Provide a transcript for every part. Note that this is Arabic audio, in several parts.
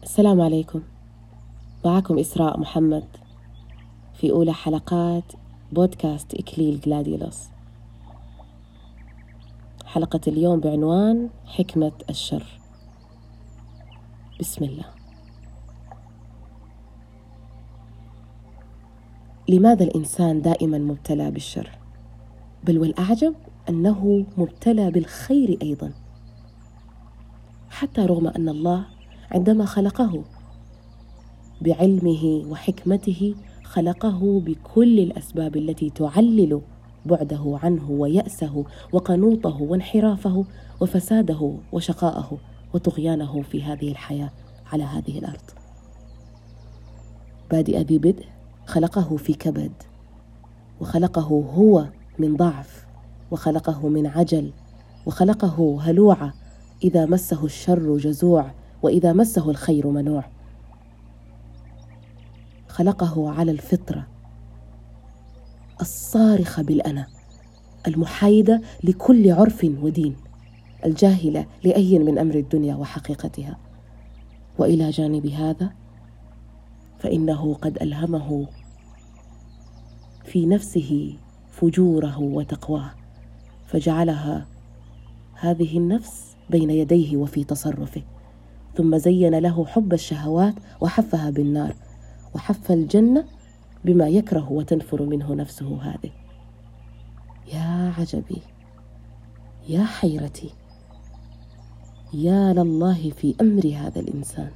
السلام عليكم. معكم إسراء محمد في أولى حلقات بودكاست إكليل جلاديولوس. حلقة اليوم بعنوان حكمة الشر. بسم الله. لماذا الإنسان دائما مبتلى بالشر؟ بل والأعجب أنه مبتلى بالخير أيضا، حتى رغم أن الله عندما خلقه بعلمه وحكمته خلقه بكل الأسباب التي تعلل بعده عنه ويأسه وقنوطه وانحرافه وفساده وشقاءه وطغيانه في هذه الحياة على هذه الأرض. بادئ ذي بدء خلقه في كبد، وخلقه هو من ضعف، وخلقه من عجل، وخلقه هلوعا إذا مسه الشر جزوع، وإذا مسه الخير منوع. خلقه على الفطرة الصارخة بالأنا، المحايدة لكل عرف ودين، الجاهلة لأي من أمر الدنيا وحقيقتها. وإلى جانب هذا فإنه قد ألهمه في نفسه فجوره وتقواه، فجعلها هذه النفس بين يديه وفي تصرفه، ثم زين له حب الشهوات وحفها بالنار، وحف الجنة بما يكره وتنفر منه نفسه هذه. يا عجبي، يا حيرتي، يا لله في أمر هذا الإنسان.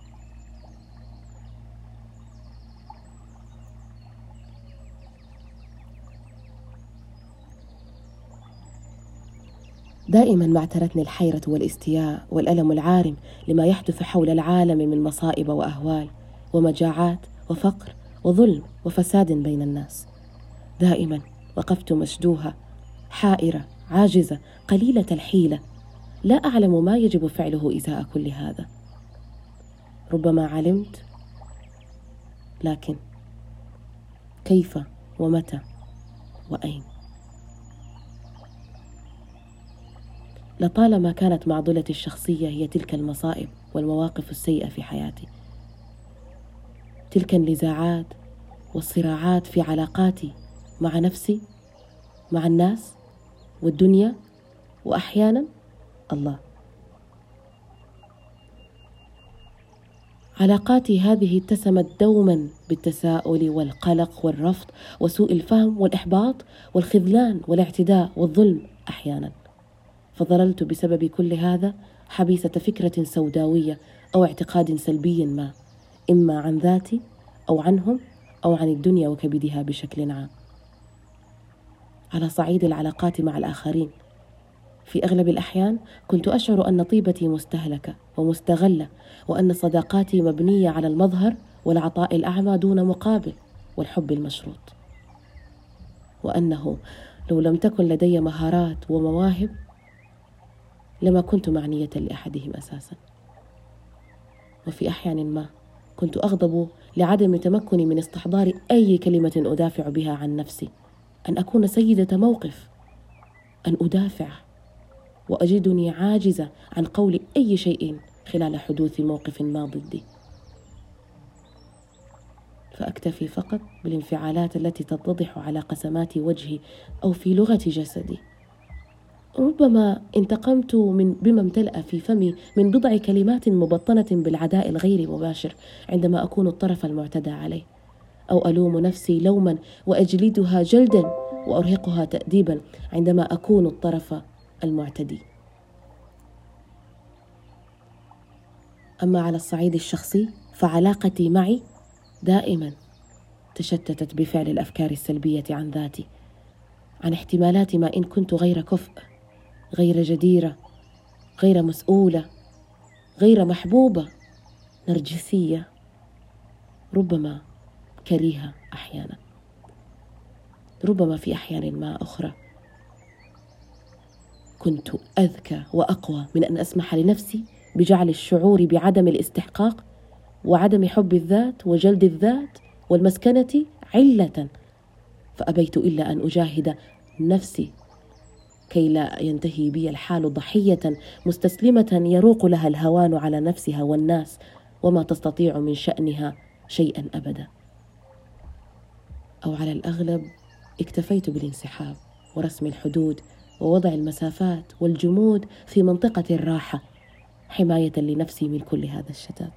دائما ما اعترتني الحيرة والاستياء والألم العارم لما يحدث حول العالم من مصائب وأهوال ومجاعات وفقر وظلم وفساد بين الناس. دائما وقفت مشدوهة، حائرة، عاجزة، قليلة الحيلة، لا أعلم ما يجب فعله إزاء كل هذا. ربما علمت، لكن كيف ومتى وأين؟ لطالما كانت معضلتي الشخصية هي تلك المصائب والمواقف السيئة في حياتي، تلك النزاعات والصراعات في علاقاتي مع نفسي، مع الناس والدنيا، وأحيانا الله. علاقاتي هذه اتسمت دوما بالتساؤل والقلق والرفض وسوء الفهم والإحباط والخذلان والاعتداء والظلم أحيانا. فظللت بسبب كل هذا حبيسة فكرة سوداوية أو اعتقاد سلبي ما، إما عن ذاتي أو عنهم أو عن الدنيا وكبدها بشكل عام. على صعيد العلاقات مع الآخرين، في أغلب الأحيان كنت أشعر أن طيبتي مستهلكة ومستغلة، وأن صداقاتي مبنية على المظهر والعطاء الأعمى دون مقابل والحب المشروط، وأنه لو لم تكن لدي مهارات ومواهب لما كنت معنية لأحدهم أساسا. وفي أحيان ما كنت أغضب لعدم تمكني من استحضار أي كلمة أدافع بها عن نفسي، أن أكون سيدة موقف، أن أدافع، وأجدني عاجزة عن قول أي شيء خلال حدوث موقف ما ضدي، فأكتفي فقط بالانفعالات التي تتضح على قسمات وجهي أو في لغة جسدي. ربما انتقمت بما امتلأ في فمي من بضع كلمات مبطنة بالعداء الغير مباشر عندما أكون الطرف المعتدى عليه، أو ألوم نفسي لوما وأجلدها جلدا وأرهقها تأديبا عندما أكون الطرف المعتدي. أما على الصعيد الشخصي فعلاقتي معي دائما تشتتت بفعل الأفكار السلبية عن ذاتي، عن احتمالات ما إن كنت غير كفء، غير جديرة، غير مسؤولة، غير محبوبة، نرجسية، ربما كريهة أحيانا. ربما في أحيان ما أخرى كنت أذكى وأقوى من أن أسمح لنفسي بجعل الشعور بعدم الاستحقاق وعدم حب الذات وجلد الذات والمسكنة علة، فأبيت إلا أن أجاهد نفسي كي لا ينتهي بي الحال ضحية مستسلمة يروق لها الهوان على نفسها والناس وما تستطيع من شأنها شيئا أبدا. أو على الأغلب اكتفيت بالانسحاب ورسم الحدود ووضع المسافات والجمود في منطقة الراحة حماية لنفسي من كل هذا الشتات.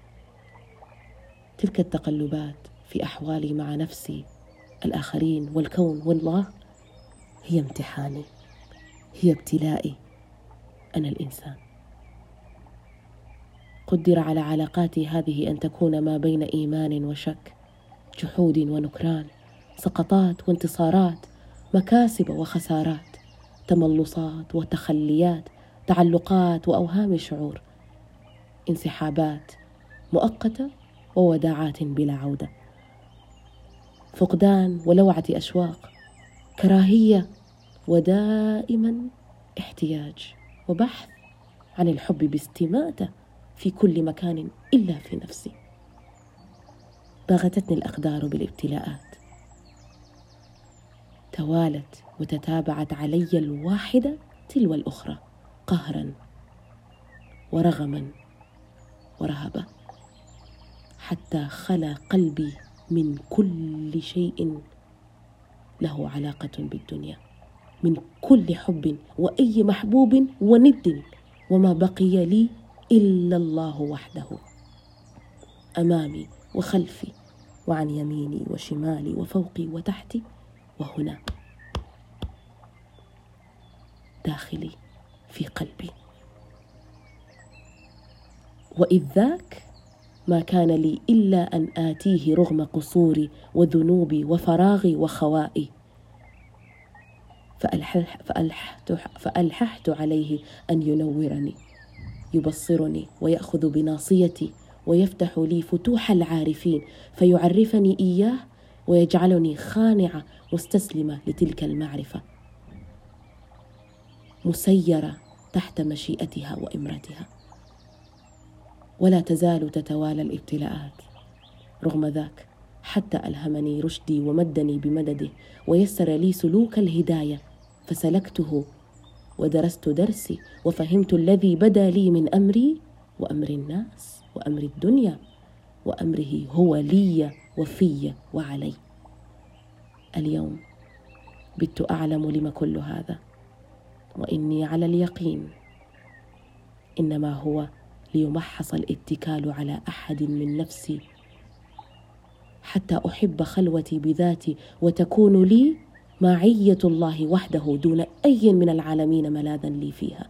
تلك التقلبات في أحوالي مع نفسي، الآخرين والكون والله هي امتحاني، هي ابتلائي أنا الإنسان. قدر على علاقاتي هذه أن تكون ما بين إيمان وشك، جحود ونكران، سقطات وانتصارات، مكاسب وخسارات، تملصات وتخليات، تعلقات وأوهام شعور، انسحابات مؤقتة ووداعات بلا عودة، فقدان ولوعة أشواق، كراهية ودائما احتياج وبحث عن الحب باستماتة في كل مكان إلا في نفسي. باغتتني الأقدار بالابتلاءات، توالت وتتابعت علي الواحدة تلو الأخرى قهرا ورغما ورهبا، حتى خلا قلبي من كل شيء له علاقة بالدنيا، من كل حب وأي محبوب وند، وما بقي لي إلا الله وحده، أمامي وخلفي وعن يميني وشمالي وفوقي وتحتي وهنا داخلي في قلبي. وإذ ذاك ما كان لي إلا أن آتيه رغم قصوري وذنوبي وفراغي وخوائي، فألححت عليه أن ينورني، يبصرني ويأخذ بناصيتي ويفتح لي فتوح العارفين، فيعرفني إياه ويجعلني خانعة مستسلمة لتلك المعرفة، مسيرة تحت مشيئتها وإمرتها. ولا تزال تتوالى الابتلاءات رغم ذاك، حتى ألهمني رشدي ومدني بمدده ويسر لي سلوك الهداية، فسلكته ودرست درسي وفهمت الذي بدا لي من أمري وأمر الناس وأمر الدنيا وأمره هو لي وفي وعلي. اليوم بت أعلم لم كل هذا، وإني على اليقين إنما هو ليمحص الاتكال على أحد من نفسي، حتى أحب خلوتي بذاتي وتكون لي معية الله وحده دون أي من العالمين ملاذا لي فيها.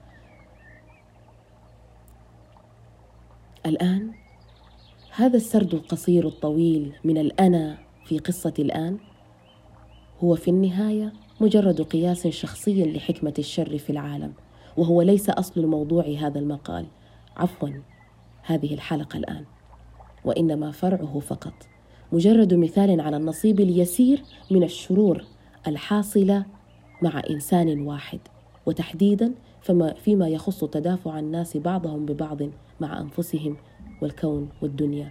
الآن هذا السرد القصير الطويل من الأنا في قصة الآن هو في النهاية مجرد قياس شخصي لحكمة الشر في العالم، وهو ليس أصل الموضوع هذا المقال، عفوا هذه الحلقة الآن، وإنما فرعه فقط، مجرد مثال على النصيب اليسير من الشرور الحاصلة مع إنسان واحد، وتحديدا فيما يخص تدافع الناس بعضهم ببعض مع أنفسهم والكون والدنيا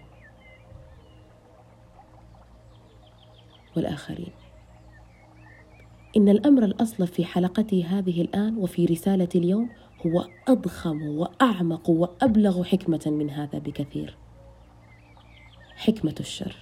والآخرين. إن الأمر الأصل في حلقتي هذه الآن وفي رسالة اليوم هو أضخم وأعمق وأبلغ حكمة من هذا بكثير، حكمة الشر.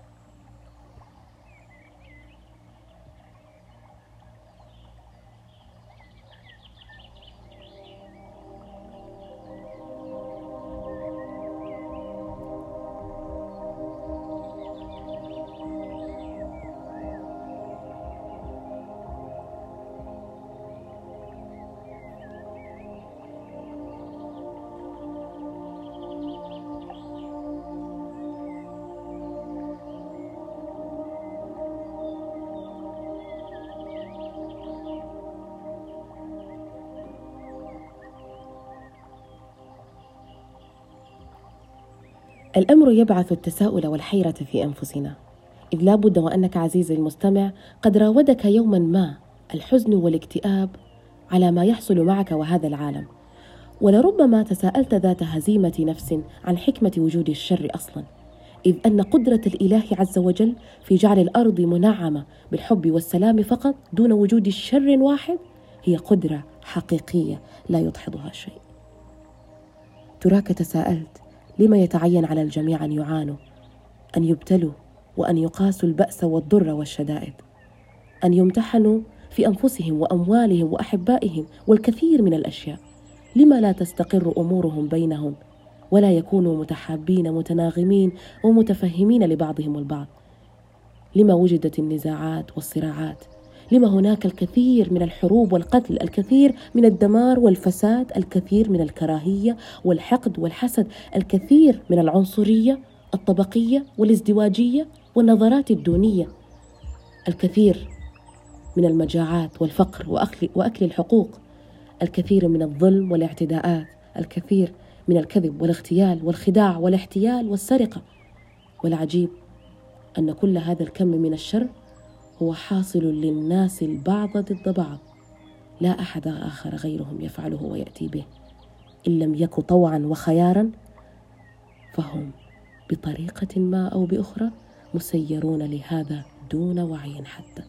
الأمر يبعث التساؤل والحيرة في أنفسنا، إذ لا بد وأنك عزيزي المستمع قد راودك يوما ما الحزن والاكتئاب على ما يحصل معك وهذا العالم، ولربما تساءلت ذات هزيمة نفس عن حكمة وجود الشر أصلا، إذ أن قدرة الإله عز وجل في جعل الأرض منعمة بالحب والسلام فقط دون وجود شر واحد هي قدرة حقيقية لا يدحضها شيء. تراك تساءلت لما يتعين على الجميع أن يعانوا، أن يبتلوا، وأن يقاسوا البأس والضر والشدائد، أن يمتحنوا في أنفسهم وأموالهم وأحبائهم والكثير من الأشياء؟ لما لا تستقر أمورهم بينهم ولا يكونوا متحابين متناغمين ومتفهمين لبعضهم البعض؟ لما وجدت النزاعات والصراعات؟ لما هناك الكثير من الحروب والقتل، الكثير من الدمار والفساد، الكثير من الكراهية والحقد والحسد، الكثير من العنصرية الطبقية والازدواجية والنظرات الدونية، الكثير من المجاعات والفقر وأكل الحقوق، الكثير من الظلم والاعتداءات، الكثير من الكذب والاغتيال والخداع والاحتيال والسرقة. والعجيب أن كل هذا الكم من الشر هو حاصل للناس البعض ضد بعض، لا أحد آخر غيرهم يفعله ويأتي به، إن لم يك طوعا وخيارا فهم بطريقة ما أو بأخرى مسيرون لهذا دون وعي حتى.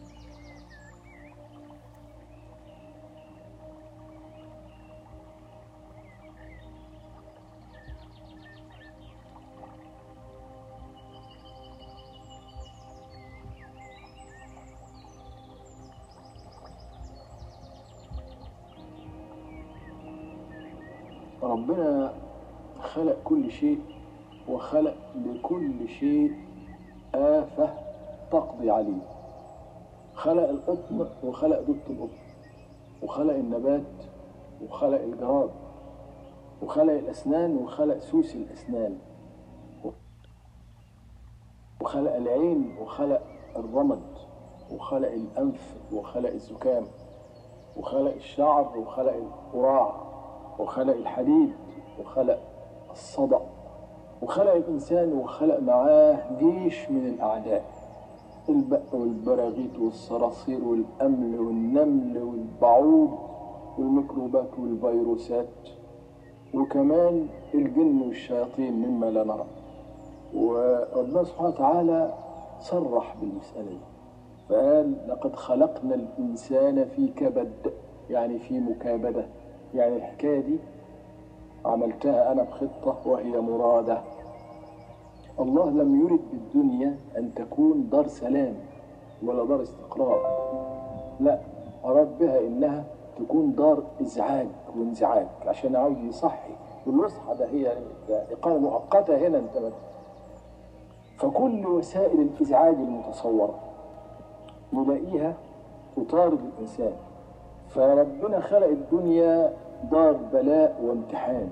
ربنا خلق كل شيء، وخلق لكل شيء آفة تقضي عليه. خلق القطن وخلق دودة القطن، وخلق النبات وخلق الجراد، وخلق الأسنان وخلق سوس الأسنان، وخلق العين وخلق الرمد، وخلق الأنف وخلق الزكام، وخلق الشعر وخلق القراع، وخلق الحديد وخلق الصدأ، وخلق الإنسان وخلق معاه جيش من الأعداء، البق والبراغيث والصراصير والأمل والنمل والبعوض والميكروبات والفيروسات، وكمان الجن والشياطين مما لا نرى. وربنا سبحانه وتعالى صرح بالمسألة دي فقال: لقد خلقنا الإنسان في كبد، يعني في مكابدة، يعني الحكاية دي عملتها أنا بخطة وهي مرادة. الله لم يرد بالدنيا أن تكون دار سلام ولا دار استقرار، لا، أراد بها إنها تكون دار إزعاج وانزعاج، عشان عاوز يصحي والوصحة ده هي إقامة مؤقتة هنا انت. فكل وسائل الإزعاج المتصورة نلاقيها تطارد الإنسان. فربنا خلق الدنيا دار بلاء وامتحان،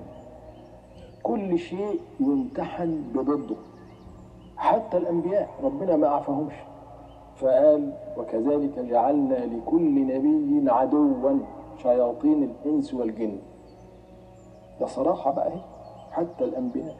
كل شيء يمتحن بضده، حتى الأنبياء ربنا ما أعفاهمش، فقال: وكذلك جعلنا لكل نبي عدوا شياطين الإنس والجن. ده صراحة بقى هي حتى الأنبياء،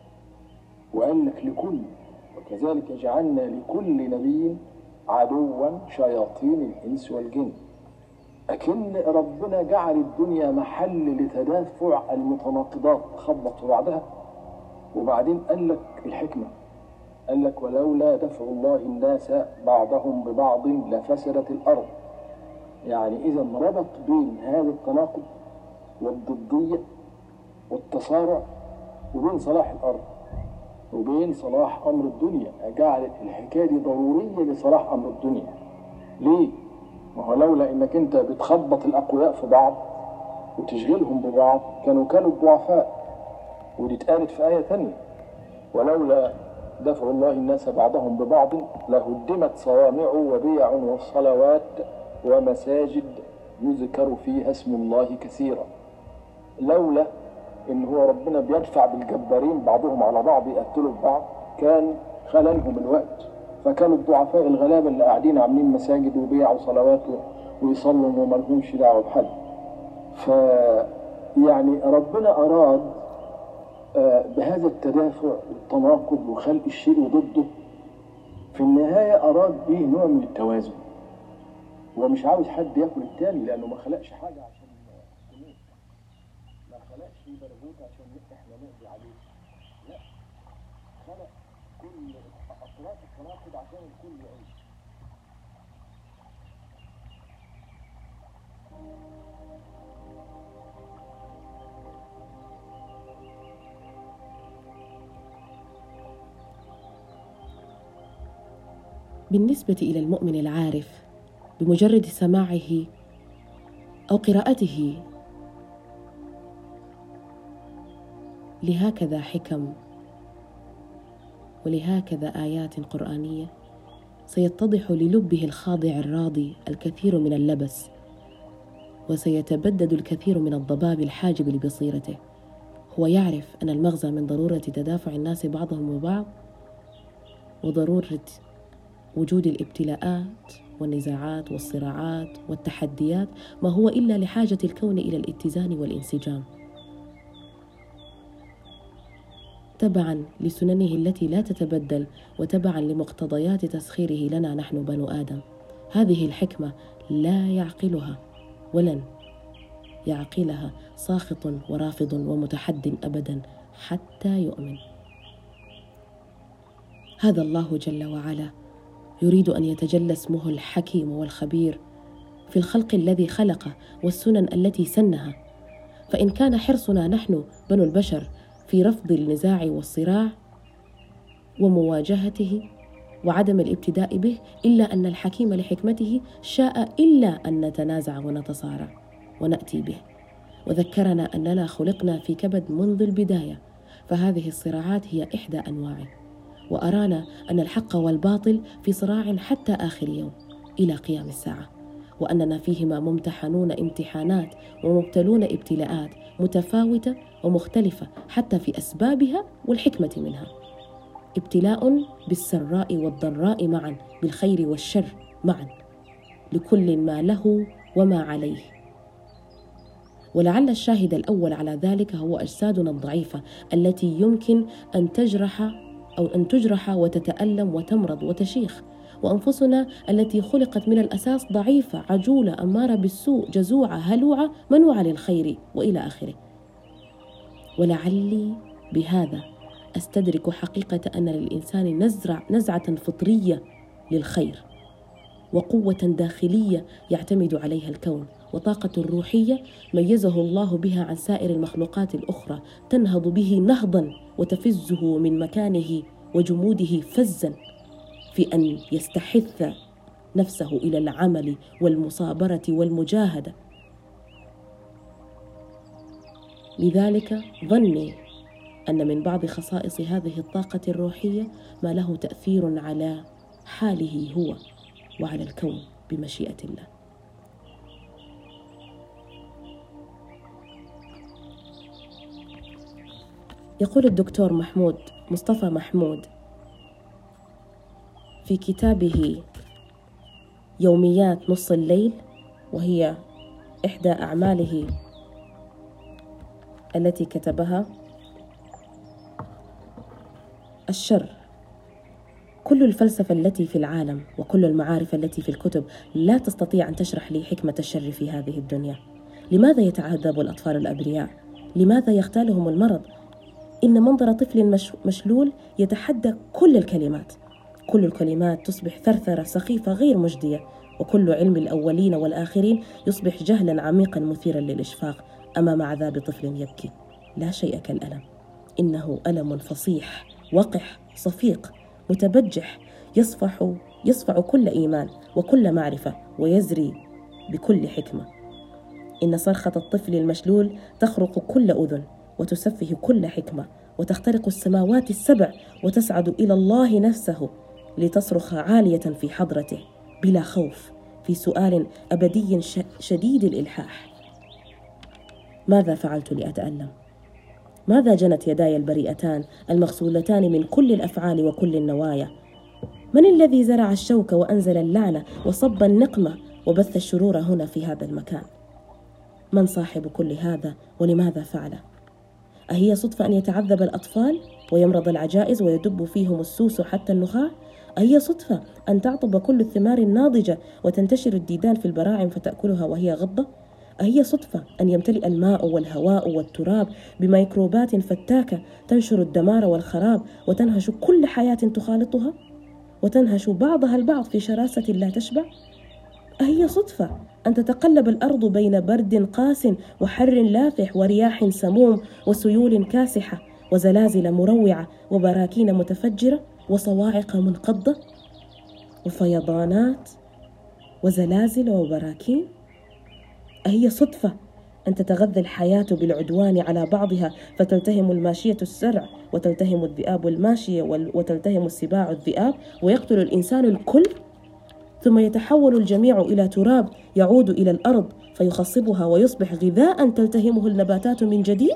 وقال لك لكل، وكذلك جعلنا لكل نبي عدوا شياطين الإنس والجن. لكن ربنا جعل الدنيا محل لتدافع المتناقضات خبط في بعضها. وبعدين قال لك الحكمة، قال لك: ولولا دفع الله الناس بعضهم ببعض لفسدت الأرض. يعني إذا ربط بين هذا التناقض والضدية والتصارع وبين صلاح الأرض وبين صلاح أمر الدنيا، جعلت الحكاية دي ضرورية لصلاح أمر الدنيا. ليه؟ ما هو لولا إنك أنت بتخبط الأقوياء في بعض وتشغلهم ببعض كانوا الضعفاء. ودي اتقالت في آية ثانية: ولولا دفع الله الناس بعضهم ببعض لهدمت صوامع وبيع وصلوات ومساجد يذكر فيها اسم الله كثيرا. لولا إن هو ربنا بيدفع بالجبارين بعضهم على بعض يقتلوا بعض كان خللهم الوقت، فكانوا الضعفاء الغلابة اللي قاعدين عاملين مساجد وبيع وصلوات ويصلوا وما لهمش دعوة بحد. يعني ربنا أراد بهذا التدافع والتناقض وخلق الشيء وضده، في النهاية أراد به نوع من التوازن. ومش عاوز حد ياكل التاني، لأنه ما خلقش حاجة عشان تموت، ما خلقش برغوت عشان احنا نقضي عليه، لا، خلق كل أطراف التناقض عشان الكل يعيش. بالنسبة إلى المؤمن العارف، بمجرد سماعه أو قراءته لهكذا حكم ولهكذا آيات قرآنية، سيتضح للبه الخاضع الراضي الكثير من اللبس، وسيتبدد الكثير من الضباب الحاجب لبصيرته. هو يعرف أن المغزى من ضرورة تدافع الناس بعضهم ببعض وضرورة وجود الابتلاءات والنزاعات والصراعات والتحديات ما هو إلا لحاجة الكون إلى الاتزان والانسجام، تبعا لسننه التي لا تتبدل وتبعا لمقتضيات تسخيره لنا نحن بنو آدم. هذه الحكمة لا يعقلها ولن يعقلها ساخط ورافض ومتحد أبدا حتى يؤمن. هذا الله جل وعلا يريد أن يتجلى اسمه الحكيم والخبير في الخلق الذي خلقه والسنن التي سنها. فإن كان حرصنا نحن بنو البشر في رفض النزاع والصراع ومواجهته وعدم الابتداء به، إلا أن الحكيم لحكمته شاء إلا أن نتنازع ونتصارع ونأتي به، وذكرنا أننا خلقنا في كبد منذ البداية، فهذه الصراعات هي إحدى أنواعه، وأرانا أن الحق والباطل في صراع حتى آخر يوم إلى قيام الساعة، وأننا فيهما ممتحنون امتحانات ومبتلون ابتلاءات متفاوتة ومختلفة حتى في أسبابها والحكمة منها. ابتلاء بالسراء والضراء معا، بالخير والشر معا، لكل ما له وما عليه. ولعل الشاهد الأول على ذلك هو أجسادنا الضعيفة التي يمكن أن تجرح وتتألم وتمرض وتشيخ، وأنفسنا التي خلقت من الأساس ضعيفة عجولة أمارة بالسوء جزوعة هلوعة منوعة للخير وإلى آخره. ولعلي بهذا أستدرك حقيقة أن للإنسان نزعة فطرية للخير، وقوة داخلية يعتمد عليها الكون، وطاقة روحية ميزه الله بها عن سائر المخلوقات الأخرى، تنهض به نهضا وتفزه من مكانه وجموده فزا في أن يستحث نفسه إلى العمل والمصابرة والمجاهدة. لذلك ظني أن من بعض خصائص هذه الطاقة الروحية ما له تأثير على حاله هو وعلى الكون بمشيئة الله. يقول الدكتور مصطفى محمود في كتابه يوميات نص الليل، وهي إحدى أعماله التي كتبها: الشر، كل الفلسفة التي في العالم وكل المعارف التي في الكتب لا تستطيع أن تشرح لي حكمة الشر في هذه الدنيا. لماذا يتعذب الأطفال الأبرياء؟ لماذا يغتالهم المرض؟ إن منظر طفل مشلول يتحدى كل الكلمات، كل الكلمات تصبح ثرثرة سخيفة غير مجدية، وكل علم الأولين والآخرين يصبح جهلا عميقا مثيرا للإشفاق أمام عذاب طفل يبكي. لا شيء كالألم، إنه ألم فصيح وقح صفيق متبجح يصفع كل إيمان وكل معرفة ويزري بكل حكمة. إن صرخة الطفل المشلول تخرق كل أذن وتسفه كل حكمة، وتخترق السماوات السبع وتصعد إلى الله نفسه لتصرخ عالية في حضرته بلا خوف في سؤال أبدي شديد الإلحاح: ماذا فعلت لأتألم؟ ماذا جنت يداي البريئتان المغسولتان من كل الأفعال وكل النوايا؟ من الذي زرع الشوك وأنزل اللعنة وصب النقمة وبث الشرور هنا في هذا المكان؟ من صاحب كل هذا ولماذا فعله؟ أهي صدفة أن يتعذب الأطفال ويمرض العجائز ويدب فيهم السوس حتى النخاع؟ أهي صدفة أن تعطب كل الثمار الناضجة وتنتشر الديدان في البراعم فتأكلها وهي غضة؟ أهي صدفة أن يمتلئ الماء والهواء والتراب بميكروبات فتاكة تنشر الدمار والخراب وتنهش كل حياة تخالطها، وتنهش بعضها البعض في شراسة لا تشبع؟ أهي صدفة أن تتقلب الأرض بين برد قاس وحر لافح ورياح سموم وسيول كاسحة وزلازل مروعة وبراكين متفجرة وصواعق منقضة؟ وفيضانات وزلازل وبراكين؟ أهي صدفة أن تتغذى الحياة بالعدوان على بعضها فتلتهم الماشية السرع وتلتهم الذئاب الماشية وتلتهم السباع الذئاب ويقتل الإنسان الكل، ثم يتحول الجميع إلى تراب يعود إلى الأرض فيخصبها ويصبح غذاء تلتهمه النباتات من جديد؟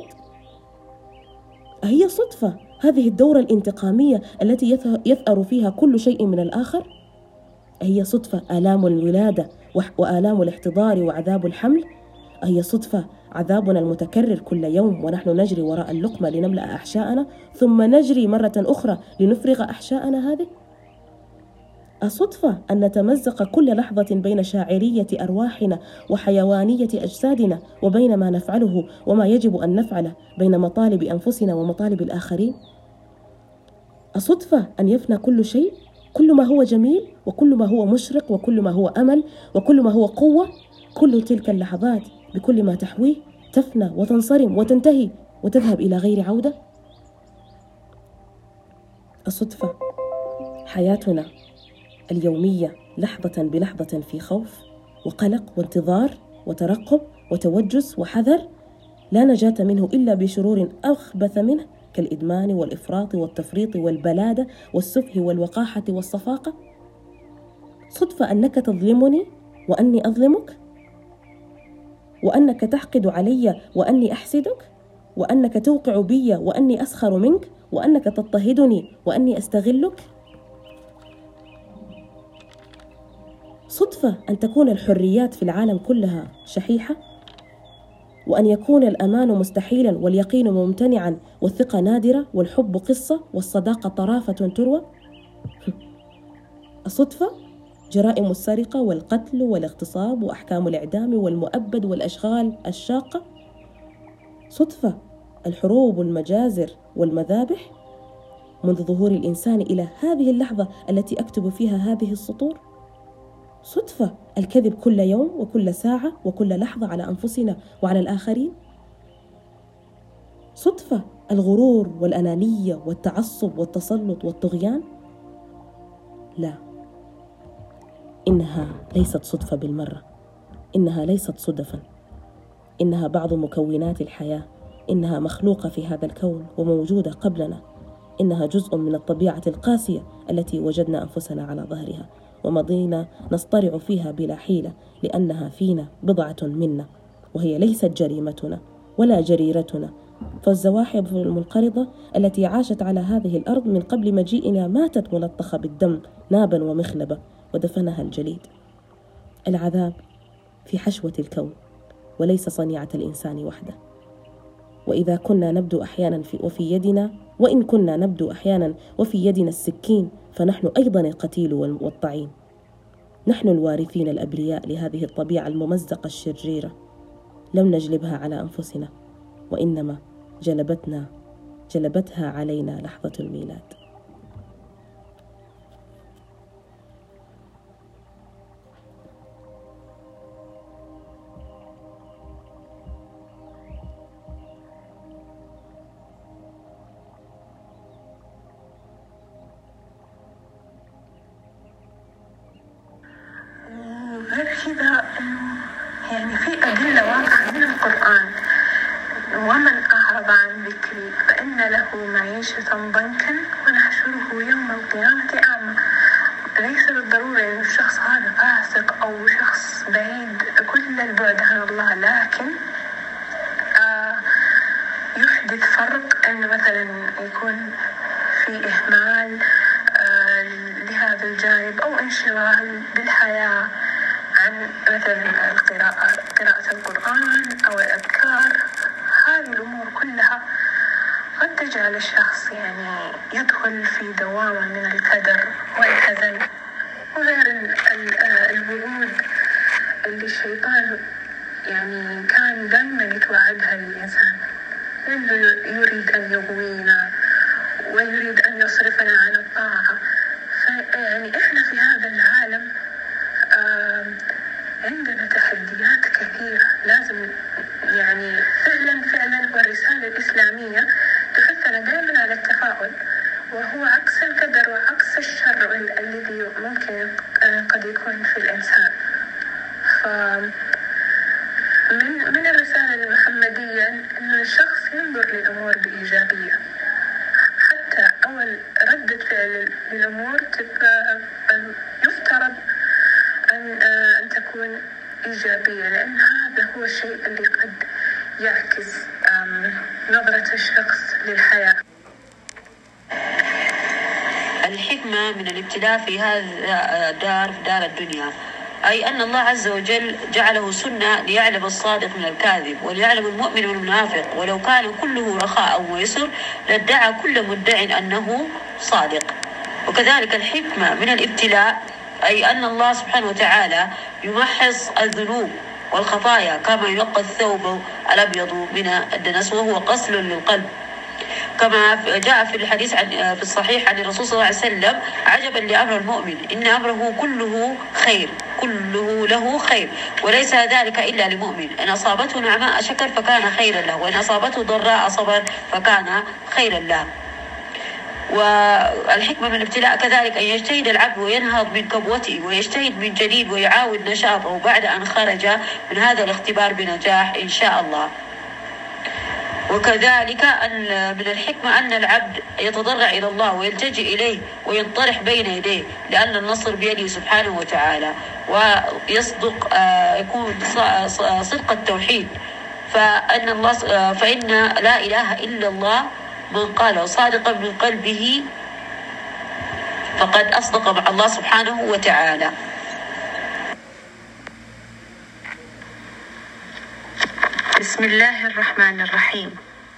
أهي صدفة هذه الدورة الانتقامية التي يثأر فيها كل شيء من الآخر؟ أهي صدفة آلام الولادة وآلام الاحتضار وعذاب الحمل؟ أهي صدفة عذابنا المتكرر كل يوم ونحن نجري وراء اللقمة لنملأ أحشاءنا ثم نجري مرة أخرى لنفرغ أحشاءنا هذه؟ أصدفة أن نتمزق كل لحظة بين شاعرية أرواحنا وحيوانية أجسادنا وبين ما نفعله وما يجب أن نفعله، بين مطالب أنفسنا ومطالب الآخرين؟ أصدفة أن يفنى كل شيء، كل ما هو جميل وكل ما هو مشرق وكل ما هو أمل وكل ما هو قوة، كل تلك اللحظات بكل ما تحويه تفنى وتنصرم وتنتهي وتذهب إلى غير عودة؟ الصدفة حياتنا اليومية لحظة بلحظة في خوف وقلق وانتظار وترقب وتوجس وحذر لا نجاة منه إلا بشرور أخبث منه كالإدمان والإفراط والتفريط والبلادة والسفه والوقاحة والصفاقة؟ صدفة أنك تظلمني وأني أظلمك، وأنك تحقد علي وأني أحسدك، وأنك توقع بي وأني أسخر منك، وأنك تضطهدني وأني أستغلك؟ صدفة أن تكون الحريات في العالم كلها شحيحة، وأن يكون الأمان مستحيلا واليقين ممتنعا والثقة نادرة والحب قصة والصداقة طرافة تروى؟ الصدفة جرائم السرقة والقتل والاغتصاب وأحكام الإعدام والمؤبد والأشغال الشاقة؟ صدفة الحروب والمجازر والمذابح منذ ظهور الإنسان إلى هذه اللحظة التي أكتب فيها هذه السطور؟ صدفة الكذب كل يوم وكل ساعة وكل لحظة على أنفسنا وعلى الآخرين؟ صدفة الغرور والأنانية والتعصب والتسلط والطغيان؟ لا، إنها ليست صدفة بالمرة، إنها ليست صدفا، إنها بعض مكونات الحياة، إنها مخلوقة في هذا الكون وموجودة قبلنا، إنها جزء من الطبيعة القاسية التي وجدنا أنفسنا على ظهرها ومضينا نصطرع فيها بلا حيلة لأنها فينا بضعة منا، وهي ليست جريمتنا ولا جريرتنا. فالزواحف المنقرضة التي عاشت على هذه الأرض من قبل مجيئنا ماتت ملطخة بالدم نابا ومخلبة ودفنها الجليد. العذاب في حشوة الكون وليس صنيعة الإنسان وحده. وإذا كنا نبدو أحيانا وإن كنا نبدو أحيانا وفي يدنا السكين فنحن أيضا القتيل والطعين. نحن الوارثين الأبرياء لهذه الطبيعة الممزقة الشريرة، لم نجلبها على أنفسنا وإنما جلبتها علينا لحظة الميلاد. غير كذا يعني في أدلة واضحة من القرآن: ومن أعرض عن ذكري فإن له معيشة ضنكا ونحشره يوم القيامة أعمى. ليس بالضرورة أن الشخص هذا فاسق أو شخص بعيد كل البعد عن الله، لكن يحدث فرق أن مثلا يكون في إهمال لهذا الجانب أو انشغال بالحياة عن مثلا قراءة القرآن أو الأذكار. هذه الأمور كلها قد تجعل الشخص يعني يدخل في دوامة من الكدر والحزن، وغير الوعود اللي الشيطان يعني كان دائما يتوعدها للإنسان، إنه يريد أن يغوينا ويريد أن يصرفنا عن الطاعة. يعني إحنا في هذا العالم عندنا تحديات كثيرة، لازم يعني فعلا والرسالة الإسلامية تحثنا دائما على التفاؤل، وهو عكس القدر وعكس الشر الذي ممكن قد يكون في الإنسان. من الرسالة المحمدية أن الشخص ينظر للأمور بإيجابية، حتى أول ردة فعل للأمور تبقى يفترض أن تكون إيجابية، لأن هذا هو الشيء اللي قد يعكس نظرة الشخص للحياة. الحكمة من الابتلاء في هذا دار الدنيا، أي أن الله عز وجل جعله سنة ليعلم الصادق من الكاذب وليعلم المؤمن من المنافق، ولو كان كله رخاء ويسر لادعى كل مدع أنه صادق. وكذلك الحكمة من الابتلاء، أي أن الله سبحانه وتعالى يمحص الذنوب والخطايا كما ينقى الثوب الأبيض من الدنس، وهو غسل للقلب، كما جاء في الحديث في الصحيح عن الرسول صلى الله عليه وسلم: عجبا لأمر المؤمن إن أمره كله خير، كله له خير، وليس ذلك إلا لمؤمن، إن أصابته نعماء شكر فكان خيرا له، وإن أصابته ضراء صبر فكان خيرا له. والحكمة من الابتلاء كذلك أن يجتهد العبد وينهض من كبوته ويجتهد من جديد ويعاود نشاطه بعد أن خرج من هذا الاختبار بنجاح إن شاء الله. وكذلك من الحكمة أن العبد يتضرع إلى الله ويلتجئ إليه وينطرح بين يديه، لأن النصر بيده سبحانه وتعالى، ويصدق يكون صدق التوحيد، فإن لا إله إلا الله من قاله صادقا من قلبه فقد أصدق مع الله سبحانه وتعالى. بسم الله الرحمن الرحيم.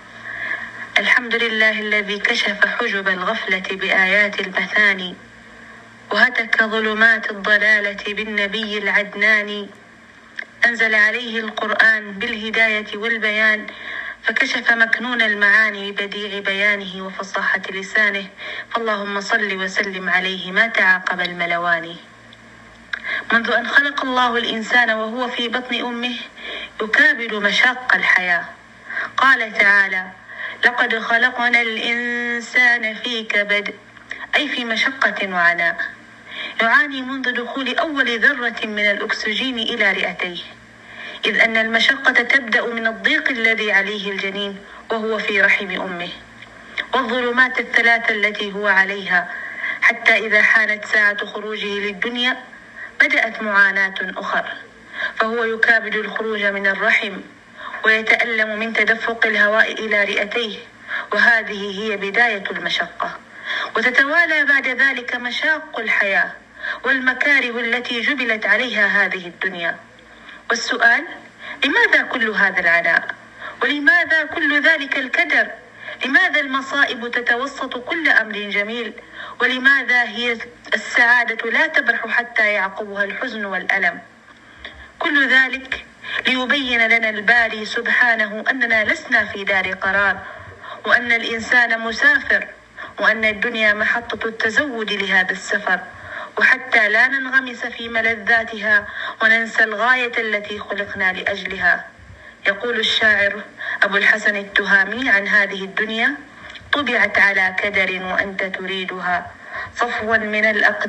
الحمد لله الذي كشف حجب الغفلة بآيات المثاني، وهتك ظلمات الضلالة بالنبي العدنان، أنزل عليه القرآن بالهداية والبيان، فكشف مكنون المعاني ببديع بيانه وفصاحة لسانه، فاللهم صل وسلم عليه ما تعاقب الملوان. منذ أن خلق الله الإنسان وهو في بطن أمه يكابد مشاق الحياة، قال تعالى: لقد خلقنا الإنسان في كبد، أي في مشقة وعناء، يعاني منذ دخول أول ذرة من الأكسجين إلى رئتيه، إذ أن المشقة تبدأ من الضيق الذي عليه الجنين وهو في رحم أمه، والظلمات الثلاثة التي هو عليها، حتى إذا حانت ساعة خروجه للدنيا بدأت معاناة أخرى، فهو يكابد الخروج من الرحم ويتألم من تدفق الهواء إلى رئتيه، وهذه هي بداية المشقة. وتتوالى بعد ذلك مشاق الحياة والمكاره التي جبلت عليها هذه الدنيا. والسؤال: لماذا كل هذا العناء؟ ولماذا كل ذلك الكدر؟ لماذا المصائب تتوسط كل أمر جميل؟ ولماذا هي السعادة لا تبرح حتى يعقبها الحزن والألم؟ كل ذلك ليبين لنا الباري سبحانه أننا لسنا في دار قرار، وأن الإنسان مسافر، وأن الدنيا محطة التزود لهذا السفر، وحتى لا ننغمس في ملذاتها وننسى الغاية التي خلقنا لأجلها. يقول الشاعر أبو الحسن التهامي عن هذه الدنيا: طبعت على كدر وأنت تريدها، صفوا من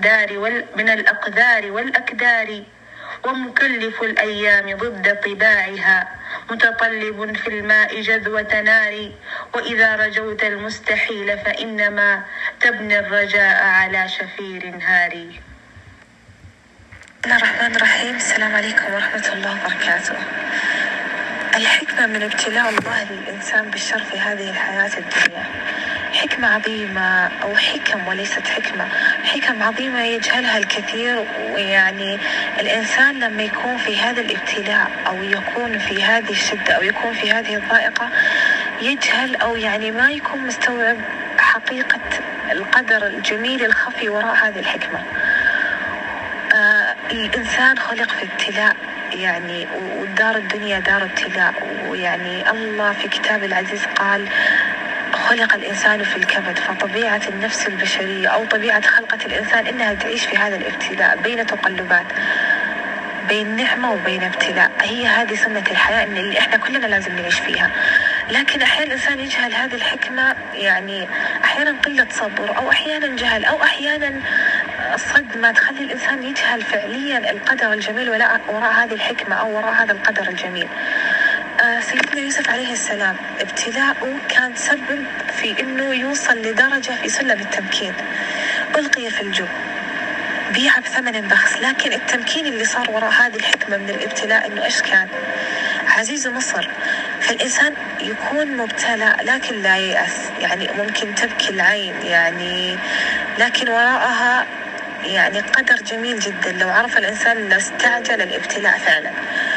الأقدار والأكدار، ومكلف الأيام ضد طباعها، متطلب في الماء جذوة نار، وإذا رجوت المستحيل فإنما تبني الرجاء على شفير هاري. بسم الله الرحمن الرحيم. السلام عليكم ورحمة الله وبركاته. الحكمة من ابتلاء الله للإنسان بالشر في هذه الحياة الدنيا، حكمة عظيمة أو حكم وليست حكمة، حكم عظيمة يجهلها الكثير. ويعني الإنسان لما يكون في هذا الابتلاء أو يكون في هذه الشدة أو يكون في هذه الضائقة يجهل أو يعني ما يكون مستوعب حقيقة القدر الجميل الخفي وراء هذه الحكمة. الإنسان خلق في ابتلاء يعني، ودار الدنيا دار ابتلاء، ويعني الله في كتاب العزيز قال: خلق الإنسان في الكبد. فطبيعة النفس البشرية أو طبيعة خلقة الإنسان إنها تعيش في هذا الابتلاء بين تقلبات، بين نعمة وبين ابتلاء. هي هذه سنة الحياة اللي إحنا كلنا لازم نعيش فيها. لكن أحيانا الإنسان يجهل هذه الحكمة، يعني أحيانا قلة صبر، أو أحيانا جهل، أو أحيانا الصدمة تخلي الإنسان يجهل فعليا القدر الجميل وراء هذه الحكمة أو وراء هذا القدر الجميل. سيدنا يوسف عليه السلام ابتلاؤه كان سبب في إنه يوصل لدرجة في سلم التمكين، ألقي في الجب، بيع بثمن بخس، لكن التمكين اللي صار وراء هذه الحكمة من الابتلاء إنه إيش كان؟ عزيز مصر. فالإنسان يكون مبتلى لكن لا ييأس، يعني ممكن تبكي العين يعني، لكن وراءها يعني قدر جميل جدا لو عرف الإنسان لاستعجل الابتلاء فعلا.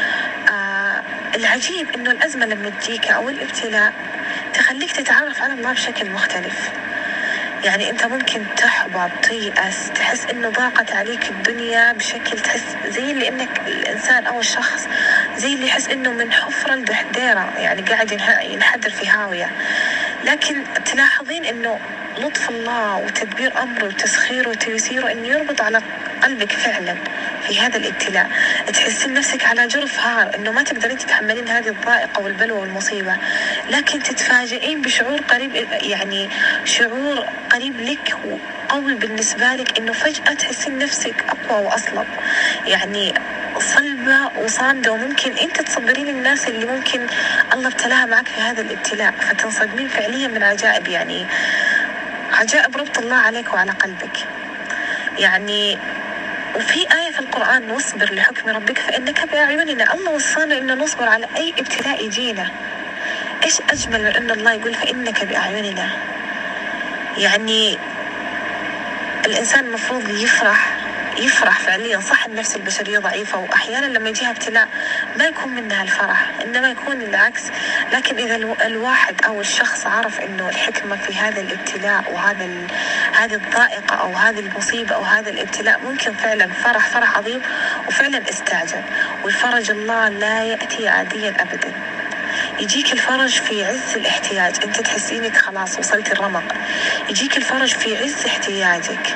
العجيب إنه الأزمة لما تجيك أو الابتلاء تخليك تتعرف على الله بشكل مختلف. يعني أنت ممكن تحبط، تيأس، تحس إنه ضاقت عليك الدنيا بشكل، تحس زي اللي إنك الإنسان أو الشخص زي اللي يحس إنه من حفرة لدحديرة، يعني قاعد ينحدر في هاوية. لكن تلاحظين إنه لطف الله وتدبير أمره وتسخيره وتيسيره إنه يربط على قلبك فعلا في هذا الابتلاء. تحسين نفسك على جرف هار، إنه ما تقدرين تتحملين هذه الضائقة والبلوى والمصيبة، لكن تتفاجئين بشعور قريب، يعني شعور قريب لك وقوي بالنسبة لك، إنه فجأة تحسين نفسك أقوى وأصلب، يعني صلبة وصامدة، وممكن أنت تصبرين الناس اللي ممكن الله ابتلاها معك في هذا الابتلاء، فتنصدمين فعليا من عجائب، يعني عجائب ربط الله عليك وعلى قلبك. يعني وفي آية في القرآن: واصبر لحكم ربك فإنك بأعيننا. الله وصانا إنه نصبر على أي ابتلاء يجينا. إيش أجمل من إن الله يقول فإنك بأعيننا؟ يعني الإنسان المفروض يفرح فعليا. صح النفس البشرية ضعيفة، وأحيانا لما يجيها ابتلاء ما يكون منها الفرح، إنما يكون العكس. لكن إذا الواحد أو الشخص عرف إنه الحكمة في هذا الابتلاء هذه الضائقة أو هذه المصيبة أو هذا الابتلاء، ممكن فعلا فرح عظيم وفعلا استعجل. والفرج الله لا يأتي عاديا أبدا، يجيك الفرج في عز الاحتياج، أنت تحسينك خلاص وصلت الرمق، يجيك الفرج في عز احتياجك.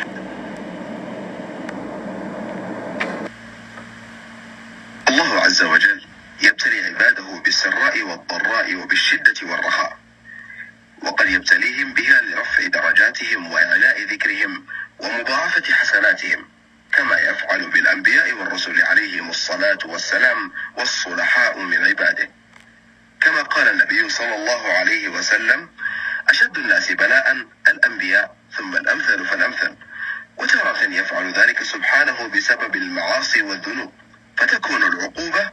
الله عز وجل يبتلي عباده بالسراء والضراء وبالشدة والرخاء، وقد يبتليهم بها لرفع درجاتهم وإعلاء ذكرهم ومضاعفة حسناتهم، كما يفعل بالأنبياء والرسل عليهم الصلاة والسلام والصلحاء من عباده. كما قال النبي صلى الله عليه وسلم: أشد الناس بلاء الأنبياء ثم الأمثل فالأمثل. وتارة يفعل ذلك سبحانه بسبب المعاصي والذنوب، فتكون العقوبة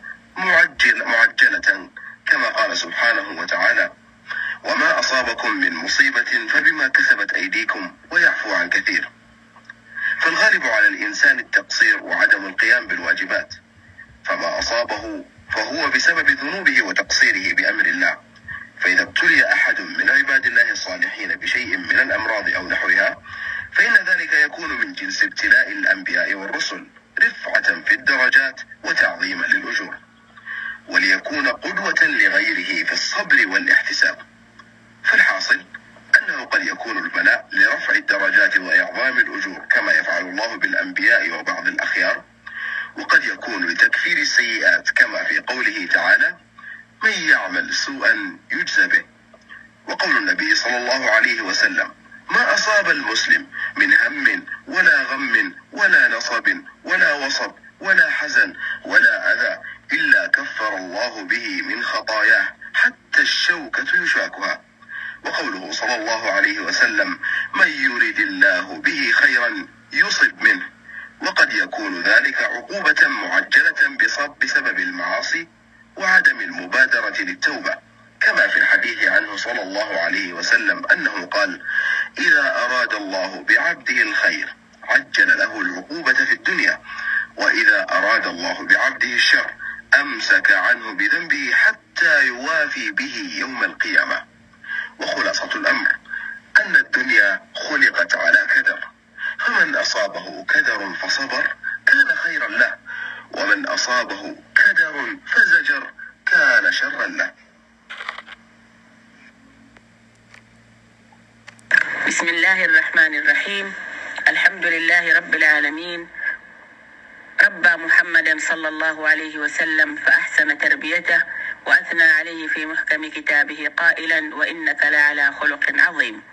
معجلة، كما قال سبحانه وتعالى: وما أصابكم من مصيبة فبما كسبت أيديكم ويعفو عن كثير. فالغالب على الإنسان التقصير وعدم القيام بالواجبات، فما أصابه فهو بسبب ذنوبه وتقصيره بأمر الله. فإذا ابتلي أحد من عباد الله الصالحين بشيء من الأمراض أو نحوها، فإن ذلك يكون من جنس ابتلاء الأنبياء والرسل، رفعة في الدرجات وتعظيما للأجور، وليكون قدوة لغيره في الصبر والاحتساب. فالحاصل أنه قد يكون البلاء لرفع الدرجات وإعظام الأجور كما يفعل الله بالأنبياء وبعض الأخيار، وقد يكون لتكفير السيئات كما في قوله تعالى: من يعمل سوءا يجزى به. وقول النبي صلى الله عليه وسلم: ما أصاب المسلم من هم ولا غم ولا نصب ولا وصب ولا حزن ولا أذى إلا كفر الله به من خطاياه حتى الشوكة يشاكها. وقوله صلى الله عليه وسلم: من يريد الله به خيرا يصب منه. وقد يكون ذلك عقوبة معجلة بسبب المعاصي وعدم المبادرة للتوبة، كما في الحديث عنه صلى الله عليه وسلم أنه قال: إذا أراد الله بعبده الخير عجل له العقوبة في الدنيا، وإذا أراد الله بعبده الشر أمسك عنه بذنبه حتى يوافي به يوم القيامة. وخلاصة الأمر أن الدنيا خلقت على كدر، فمن أصابه كدر فصبر كان خيرا له، ومن أصابه كدر فزجر كان شرا له. بسم الله الرحمن الرحيم. الحمد لله رب العالمين، ربى محمدا صلى الله عليه وسلم فأحسن تربيته، وأثنى عليه في محكم كتابه قائلا: وإنك لعلى خلق عظيم.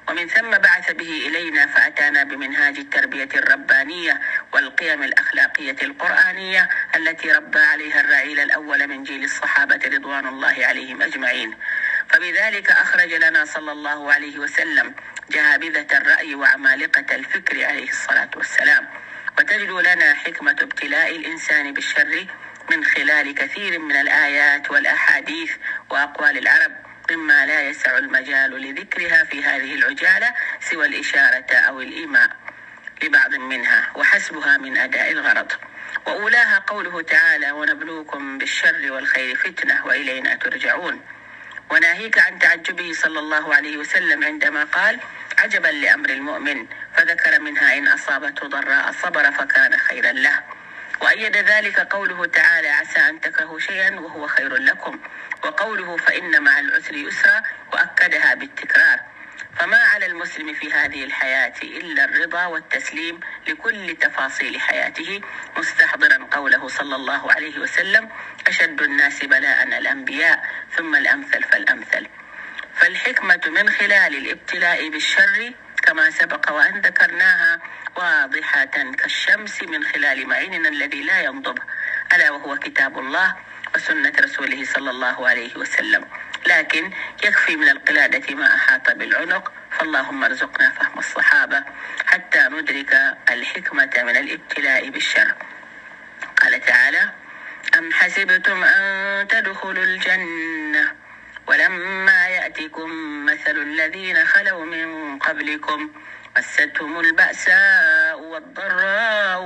ومن ثم بعث به إلينا فأتانا بمنهاج التربية الربانية والقيم الأخلاقية القرآنية التي ربى عليها الرعيل الأول من جيل الصحابة رضوان الله عليهم أجمعين. فبذلك أخرج لنا صلى الله عليه وسلم جهابذة الرأي وعمالقة الفكر عليه الصلاة والسلام. وتجد لنا حكمة ابتلاء الإنسان بالشر من خلال كثير من الآيات والأحاديث وأقوال العرب، مما لا يسع المجال لذكرها في هذه العجالة سوى الإشارة أو الإيماء لبعض منها وحسبها من أداء الغرض. وأولاها قوله تعالى: ونبلوكم بالشر والخير فتنة وإلينا ترجعون. وناهيك عن تعجبه صلى الله عليه وسلم عندما قال: عجبا لأمر المؤمن، فذكر منها إن أصابته ضراء صبر فكان خيرا له. وأيد ذلك قوله تعالى: عسى أن تكرهوا شيئا وهو خير لكم، وقوله فإن مع العسر يسرا، وأكدها بالتكرار. فما على المسلم في هذه الحياة إلا الرضا والتسليم لكل تفاصيل حياته، مستحضرا قوله صلى الله عليه وسلم: أشد الناس بلاء الأنبياء ثم الأمثل فالأمثل. فالحكمة من خلال الابتلاء بالشر كما سبق وأن ذكرناها واضحة كالشمس من خلال معيننا الذي لا ينضب، ألا وهو كتاب الله وسنة رسوله صلى الله عليه وسلم. لكن يكفي من القلادة ما أحاط بالعنق، فاللهم ارزقنا فهم الصحابة حتى ندرك الحكمة من الابتلاء بالشر. قال تعالى: أم حسبتم أن تدخلوا الجنة ولما يأتكم مثل الذين خلوا من قبلكم مستهم البأساء والضراء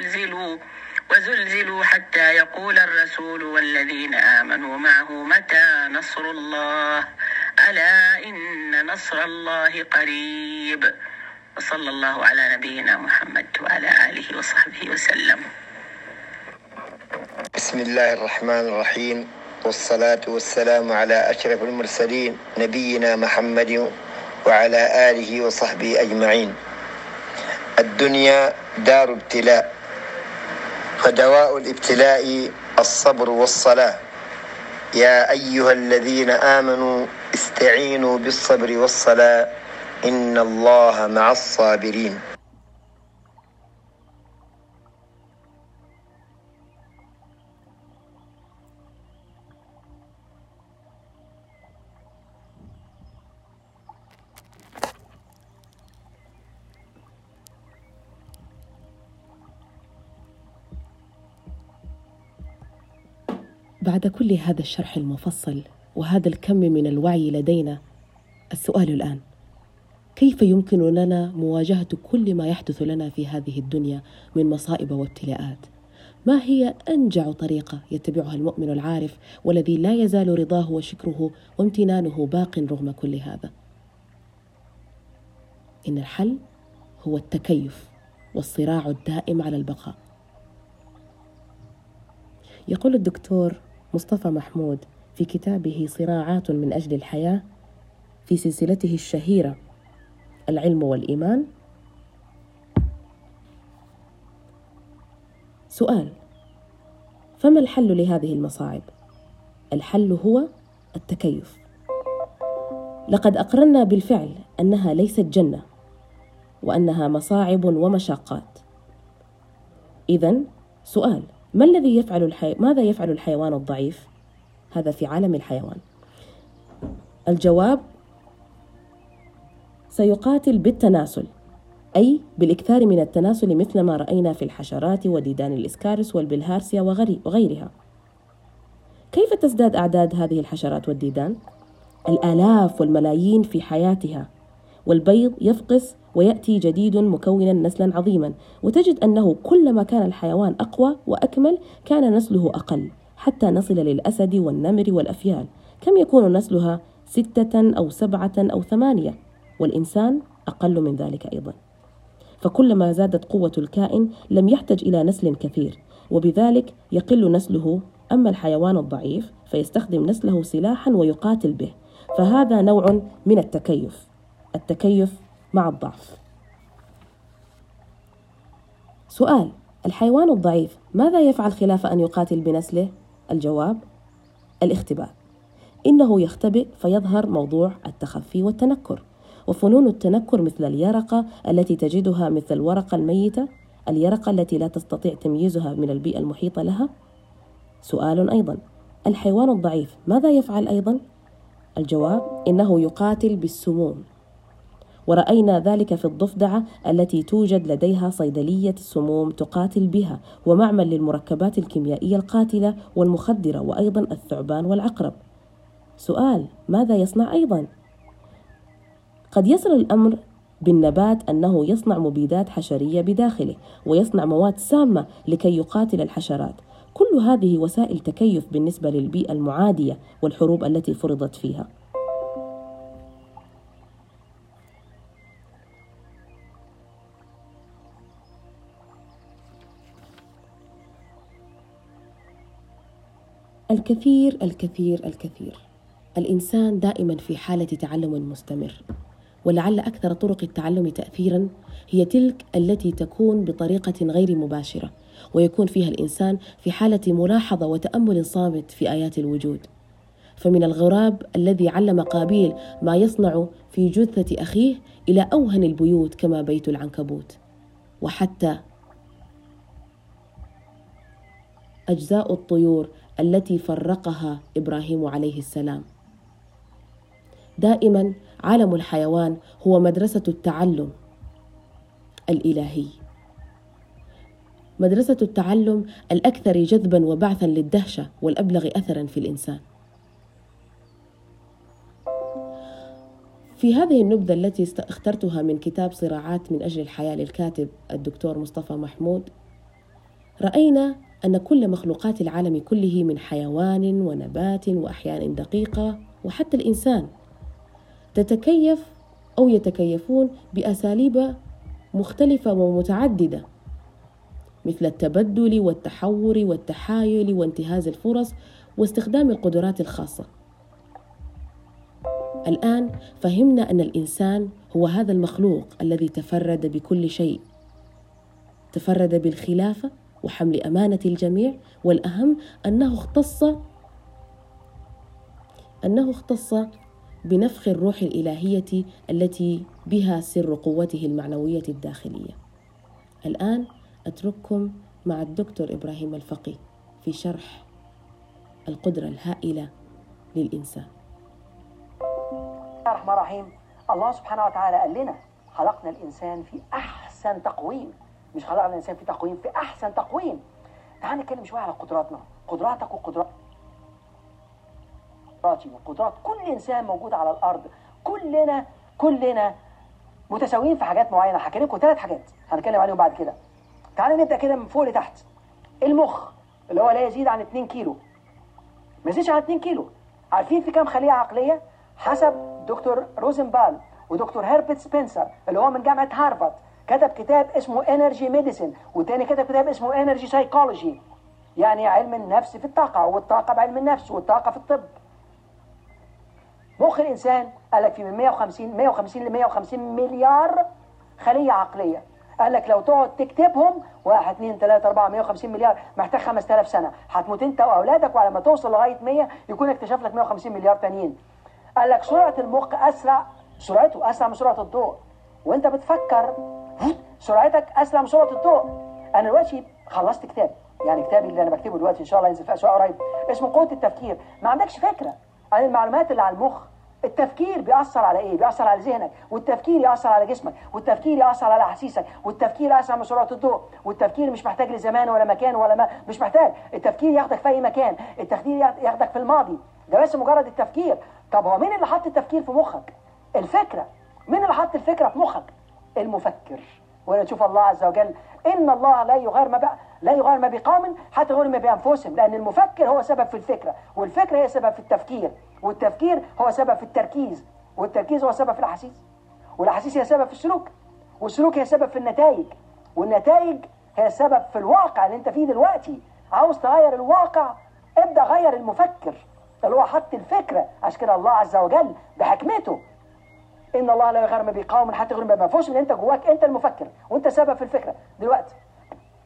وزلزلوا حتى يقول الرسول والذين آمنوا معه متى نصر الله ألا إن نصر الله قريب. وصلى الله على نبينا محمد وعلى آله وصحبه وسلم. بسم الله الرحمن الرحيم، والصلاة والسلام على أشرف المرسلين نبينا محمد وعلى آله وصحبه أجمعين. الدنيا دار ابتلاء، فدواء الابتلاء الصبر والصلاة. يا أيها الذين آمنوا استعينوا بالصبر والصلاة إن الله مع الصابرين. بعد كل هذا الشرح المفصل وهذا الكم من الوعي لدينا، السؤال الآن: كيف يمكن لنا مواجهة كل ما يحدث لنا في هذه الدنيا من مصائب وابتلاءات؟ ما هي أنجع طريقة يتبعها المؤمن العارف والذي لا يزال رضاه وشكره وامتنانه باق رغم كل هذا؟ إن الحل هو التكيف والصراع الدائم على البقاء. يقول الدكتور مصطفى محمود في كتابه صراعات من أجل الحياة في سلسلته الشهيرة العلم والإيمان: سؤال: فما الحل لهذه المصاعب؟ الحل هو التكيف. لقد أقررنا بالفعل أنها ليست جنة، وأنها مصاعب ومشاقات. إذن سؤال: ماذا يفعل الحيوان الضعيف؟ هذا في عالم الحيوان. الجواب: سيقاتل بالتناسل، أي بالإكثار من التناسل، مثل ما رأينا في الحشرات وديدان الإسكارس والبلهارسيا وغيرها. كيف تزداد أعداد هذه الحشرات والديدان؟ الآلاف والملايين في حياتها، والبيض يفقس ويأتي جديد مكونا نسلا عظيما، وتجد أنه كلما كان الحيوان أقوى وأكمل كان نسله أقل، حتى نصل للأسد والنمر والأفيال، كم يكون نسلها 6 أو 7 أو 8، والإنسان أقل من ذلك أيضا. فكلما زادت قوة الكائن لم يحتج إلى نسل كثير، وبذلك يقل نسله. أما الحيوان الضعيف فيستخدم نسله سلاحا ويقاتل به، فهذا نوع من التكيف مع الضعف. سؤال: الحيوان الضعيف ماذا يفعل خلاف أن يقاتل بنسله؟ الجواب: الاختباء. إنه يختبئ فيظهر موضوع التخفي والتنكر، وفنون التنكر مثل اليرقة التي تجدها مثل الورقة الميتة، اليرقة التي لا تستطيع تمييزها من البيئة المحيطة لها. سؤال أيضا: الحيوان الضعيف ماذا يفعل أيضا؟ الجواب: إنه يقاتل بالسموم، ورأينا ذلك في الضفدعة التي توجد لديها صيدلية السموم تقاتل بها، ومعمل للمركبات الكيميائية القاتلة والمخدرة، وأيضا الثعبان والعقرب. سؤال: ماذا يصنع أيضا؟ قد يصل الأمر بالنبات أنه يصنع مبيدات حشرية بداخله، ويصنع مواد سامة لكي يقاتل الحشرات. كل هذه وسائل تكيف بالنسبة للبيئة المعادية والحروب التي فرضت فيها. الكثير الكثير الكثير. الإنسان دائما في حالة تعلم مستمر، ولعل أكثر طرق التعلم تأثيرا هي تلك التي تكون بطريقة غير مباشرة، ويكون فيها الإنسان في حالة ملاحظة وتأمل صامت في آيات الوجود. فمن الغراب الذي علم قابيل ما يصنع في جثة أخيه إلى أوهن البيوت كما بيت العنكبوت، وحتى أجزاء الطيور التي فرقها إبراهيم عليه السلام. دائما عالم الحيوان هو مدرسة التعلم الإلهي، مدرسة التعلم الأكثر جذبا وبعثا للدهشة والأبلغ أثرا في الإنسان. في هذه النبذة التي اخترتها من كتاب صراعات من أجل الحياة للكاتب الدكتور مصطفى محمود، رأينا أن كل مخلوقات العالم كله من حيوان ونبات وأحيان دقيقة وحتى الإنسان تتكيف أو يتكيفون بأساليب مختلفة ومتعددة، مثل التبدل والتحور والتحايل وانتهاز الفرص واستخدام القدرات الخاصة. الآن فهمنا أن الإنسان هو هذا المخلوق الذي تفرد بكل شيء، تفرد بالخلافة وحمل أمانة الجميع، والأهم أنه اختص بنفخ الروح الإلهية التي بها سر قوته المعنوية الداخلية. الآن أترككم مع الدكتور إبراهيم الفقي في شرح القدرة الهائلة للإنسان. بسم الله الرحمن الرحيم. الله سبحانه وتعالى قال لنا خلقنا الإنسان في أحسن تقويم، مش خلقنا الإنسان في تقويم، في أحسن تقويم. تعال نتكلم شوية على قدراتنا، قدراتك وقدراتي وقدرات كل إنسان موجود على الأرض. كلنا متساويين في حاجات معينة. هحكي لكم 3 حاجات هنتكلم عليهم بعد كده. تعال نبدأ كده من فوق لتحت. المخ اللي هو لا يزيد عن 2 كيلو، ما يزيدش عن 2 كيلو. عارفين في كام خلية عقلية؟ حسب دكتور روزنبال ودكتور هيربرت سبنسر اللي هو من جامعة هارفارد، كتب كتاب اسمه انرجي ميديسن، والتاني كتب كتاب اسمه انرجي سايكولوجي، يعني علم النفس في الطاقة، والطاقة بعلم النفس، والطاقة في الطب. مخ الإنسان قال لك في من 150 ل 150 مليار خلية عقلية. قال لك لو تقعد تكتبهم 1 2 3 4 150 مليار محتاج 5000 سنة، هتموت انت واولادك، وعلى ما توصل لغاية 100 يكون اكتشف لك 150 مليار تانيين. قال لك سرعة المخ سرعته أسرع من سرعة الضوء، وانت بتفكر سرعتك أسرع من سرعة الضوء. أنا دلوقتي خلصت كتاب، يعني كتابي اللي أنا بكتبه دلوقتي إن شاء الله ينزل في أسواق قريب، اسمه قوة التفكير. ما عندكش فكرة عن المعلومات اللي على المخ. التفكير بيأثر على إيه؟ بيأثر على ذهنك، والتفكير يأثر على جسمك، والتفكير يأثر على أحاسيسك، والتفكير أسرع من سرعة الضوء، والتفكير مش محتاج لزمان ولا مكان ولا ما، مش محتاج. التفكير ياخدك في أي مكان، التفكير ياخدك في الماضي، ده بس مجرد التفكير. طب هو مين اللي حط التفكير في مخك؟ الفكرة. مين اللي حط الفكرة في مخك؟ المفكر. ولا تشوف الله عز وجل إن الله لا يغير ما بقوم حتى يغيروا ما بأنفسهم، لأن المفكر هو سبب في الفكرة، والفكرة هي سبب في التفكير، والتفكير هو سبب في التركيز، والتركيز هو سبب في الأحاسيس، والأحاسيس هي سبب في السلوك، والسلوك هي سبب في النتائج، والنتائج هي سبب في الواقع اللي انت فيه دلوقتي. عاوز تغير الواقع، ابدأ غير المفكر اللي هو حط الفكرة. عشان كده الله عز وجل بحكمته إن الله لا يغير ما بقوم حتى يغيروا ما بأنفسهم، إن أنت جواك أنت المفكر وأنت سبب في الفكرة. دلوقتي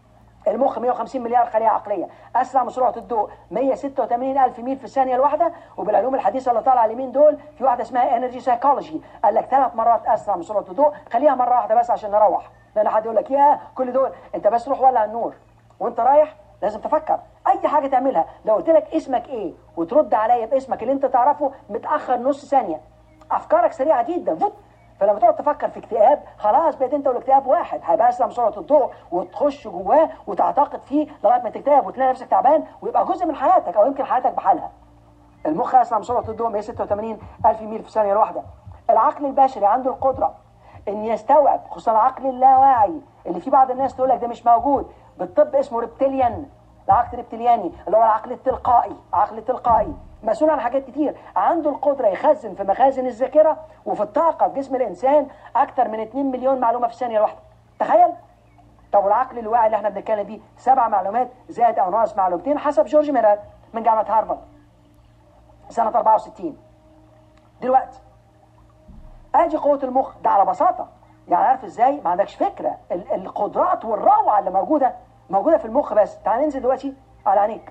المخ 150 مليار خلية عقلية، أسرع من سرعة الضوء 186 ألف ميل في الثانية الواحدة. وبالعلوم الحديثة اللي طالعة اليمين دول في واحدة اسمها انرجي سايكولوجي، قال لك 3 مرات أسرع من سرعة الضوء، خليها مرة واحدة بس عشان نروح. لأن حد يقول لك يا كل دول، أنت بس روح ولع النور وأنت رايح لازم تفكر. أي حاجة تعملها لو قلت لك اسمك إيه وترد عليا باسمك اللي أنت تعرفه متأخر نص ثانية، أفكارك سريعة جدا. فلما تقعد تفكر في اكتئاب خلاص بقيت انت والاكتئاب واحد، هيبقى اسرع من سرعه الضوء وتخش جواه وتعتقد فيه لغايه ما تكتئب وتلاقي نفسك تعبان ويبقى جزء من حياتك او يمكن حياتك بحالها. المخ اسرع من سرعه الضوء 186 الف ميل في الثانيه الواحده. العقل البشري عنده القدره ان يستوعب، خصوصا العقل اللاواعي اللي في بعض الناس تقول لك ده مش موجود، بالطب اسمه ريبتيليان، العقل الريبتيلياني اللي هو العقل التلقائي. عقل تلقائي مسؤول عن حاجات كتير، عنده القدرة يخزن في مخازن الذاكرة وفي الطاقة في جسم الإنسان أكتر من 2 مليون معلومة في الثانية الواحدة. تخيل. طب والعقل الواعي اللي احنا بنتكلم فيه 7 معلومات زائد أو ناقص معلومتين حسب جورج ميرال من جامعة هارفارد سنة 64. دلوقتي أدي قوة المخ ده على بساطة، يعني عارف إزاي؟ ما عندكش فكرة القدرات والروعة اللي موجودة في المخ. بس تعال ننزل دلوقتي على عينيك.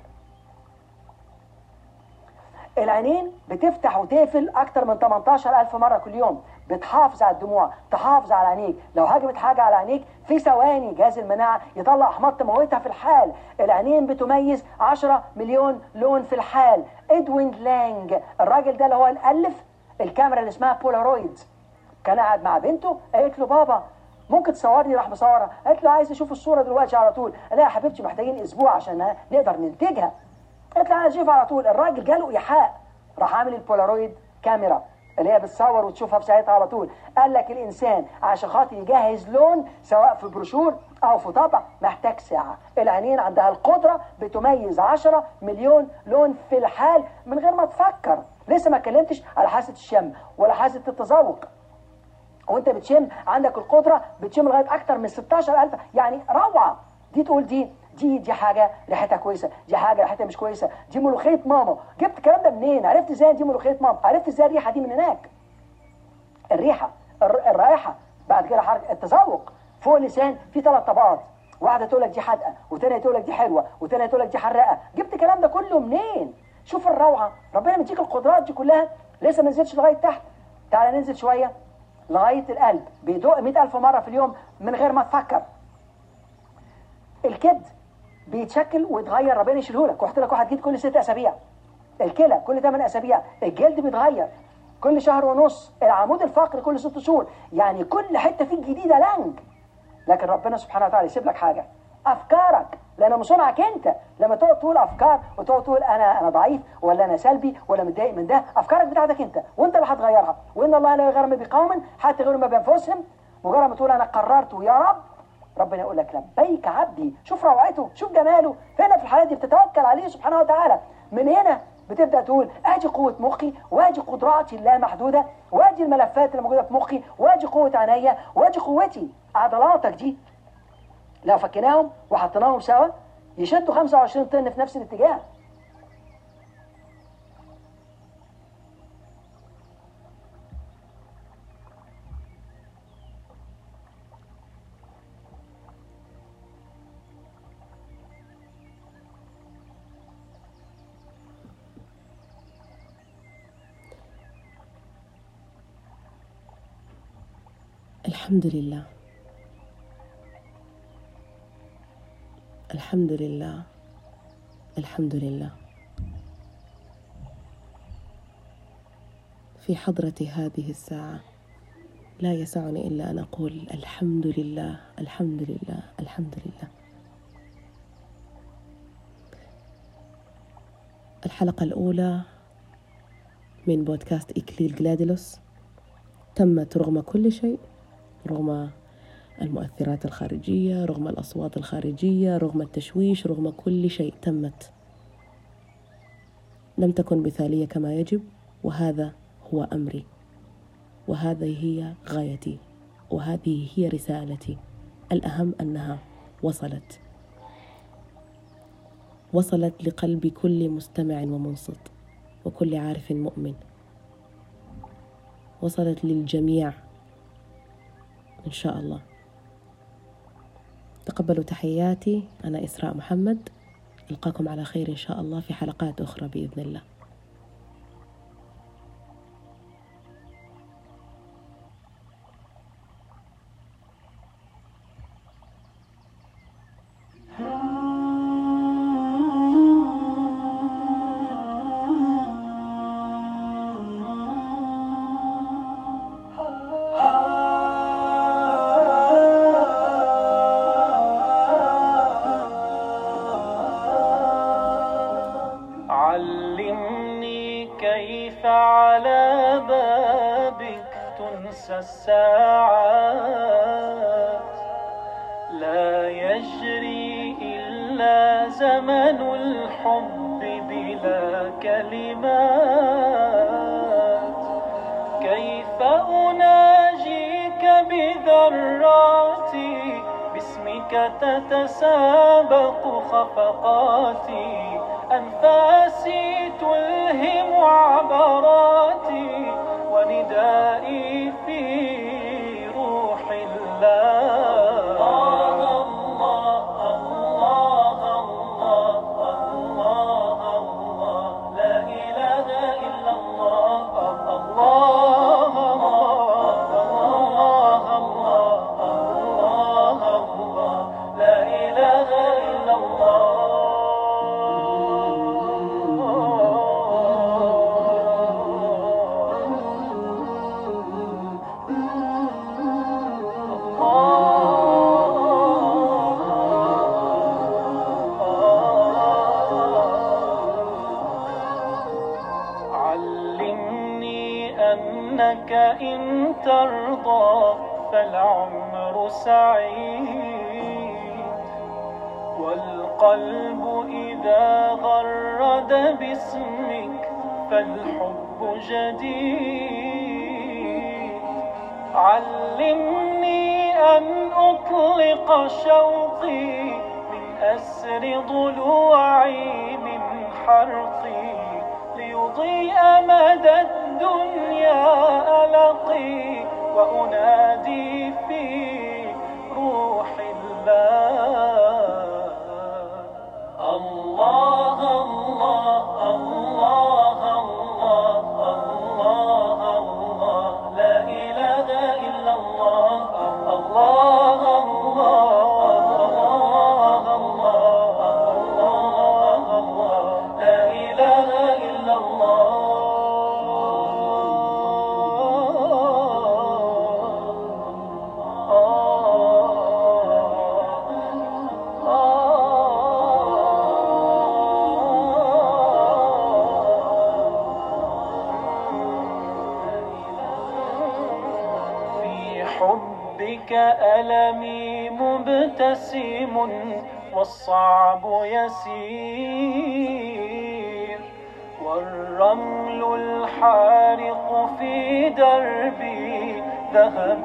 العينين بتفتح وتقفل أكتر من 18,000 مرة كل يوم، بتحافظ على الدموع، تحافظ على عينيك. لو هاجمت حاجة على عينيك في ثواني جهاز المناعة يطلع أحماض تموتها في الحال. العينين بتميز 10 مليون لون في الحال. إدوين لانج الراجل ده اللي هو الألف الكاميرا اللي اسمها بولارويد، كان قاعد مع بنته قالت له بابا ممكن تصورني؟ راح مصورها. قالت له عايز اشوف الصورة دلوقتي على طول. قال لها يا حبيبتي محتاجين أسبوع عشان نقدر ننتجها. قالت له عايز اشوفها على طول. الراجل جاله إيحاء، راح عامل البولارويد كاميرا اللي هي بتصور وتشوفها في ساعتها على طول. قال لك الإنسان عشان خاطر يجهز لون سواء في بروشور أو في طبع محتاج ساعة. العينين عندها القدرة بتميز 10 مليون لون في الحال من غير ما تفكر. لسه ما اتكلمتش على حاسة الشم ولا حاسة التذوق. وانت بتشم عندك القدرة بتشم لغاية أكتر من 16,000. يعني روعة. دي تقول دي حاجة ريحتها كويسة، دي حاجة ريحتها مش كويسة، دي ملوخية ماما. جبت الكلام ده منين؟ عرفت ازاي دي ملوخية ماما؟ عرفت ازاي الريحة دي من هناك؟ الريحة الرائحة بعد كده حركة التذوق. فوق اللسان في 3 طبقات، واحدة تقول لك دي حادقة وتانية تقول لك دي حلوة وتانية تقول لك دي حراقة. جبت الكلام ده كله منين؟ شوف الروعة. ربنا مديك القدرات دي كلها. لسه ما نزلتش لغاية تحت. تعالى ننزل شوية لغاية القلب بيدق 100,000 مرة في اليوم من غير ما تفكر. الكبد بيتشكل ويتغير، ربنا يشيله لك. وقلت لك واحد جديد كل 6 أسابيع. الكلى كل 8 أسابيع. الجلد بيتغير كل شهر ونص. العمود الفقري كل 6 شهور. يعني كل حتة فيك جديدة لانج. لكن ربنا سبحانه وتعالى يسيب لك حاجة، أفكارك، لأنه من صنعك أنت. لما تقعد تقول أفكار وتقعد تقول أنا ضعيف ولا أنا سلبي ولا متضايق من ده، أفكارك بتاعتك أنت وأنت اللي هتغيرها. وإن الله لا يغير ما بقوم حتى يغيروا ما بأنفسهم. مجرد ما تقول أنا قررت ويا رب، ربنا يقول لك لبيك عبدي. شوف روعته، شوف جماله. هنا في الحالة دي بتتوكل عليه سبحانه وتعالى. من هنا بتبدأ تقول أجي قوة مخي، وأجي قدراتي اللامحدودة، وأجي الملفات اللي موجودة في مخي، وأجي قوة عينيا، وأجي قوتي. عضلاتك دي لو فكناهم وحطيناهم سوا يشدوا 25 طن في نفس الاتجاه. الحمد لله، الحمد لله، الحمد لله. في حضرة هذه الساعة لا يسعني إلا أن أقول الحمد لله، الحمد لله، الحمد لله. الحلقة الأولى من بودكاست إكليل جلاديلوس تمت رغم كل شيء، رغم المؤثرات الخارجية، رغم الأصوات الخارجية، رغم التشويش، رغم كل شيء تمت. لم تكن مثالية كما يجب، وهذا هو أمري، وهذه هي غايتي، وهذه هي رسالتي. الأهم أنها وصلت لقلب كل مستمع ومنصت وكل عارف مؤمن، وصلت للجميع إن شاء الله. تقبلوا تحياتي، أنا إسراء محمد، ألقاكم على خير إن شاء الله في حلقات أخرى بإذن الله. علمني كيف على بابك تنسى الساعات، لا يجري إلا زمن الحب بلا كلمات. كيف أناجيك بذراتي، باسمك تتسابق خفقاتي، أنفاسي تلهم عبراتي، وندائي في روح الله. الله الله الله الله الله، لا إله إلا الله. الله الله الله الله، لا إله إلا الله. أنك إن ترضى فالعمر سعيد، والقلب إذا غرد باسمك فالحب جديد. علمني أن أطلق شوقي من أسر ضلوعي من حرقي، ليضيء مدى الدنيا ألقي، وأنادي في روح الله. الله الله الله الله الله الله، لا إله إلا الله. الله الله الله الله الله، لا إله إلا الله. حبك ألمي مبتسم والصعب يسير، والرمل الحارق في دربي ذهب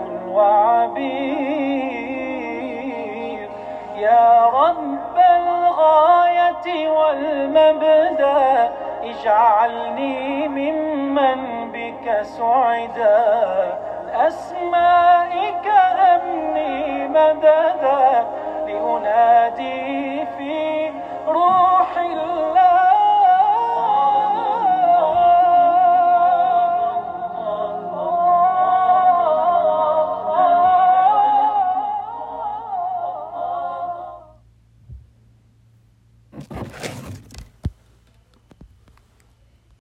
وعبير. يا رب الغاية والمبدأ، اجعلني ممن بك سعدا، أسمائك أمني مددا، لأنادي في روح الله.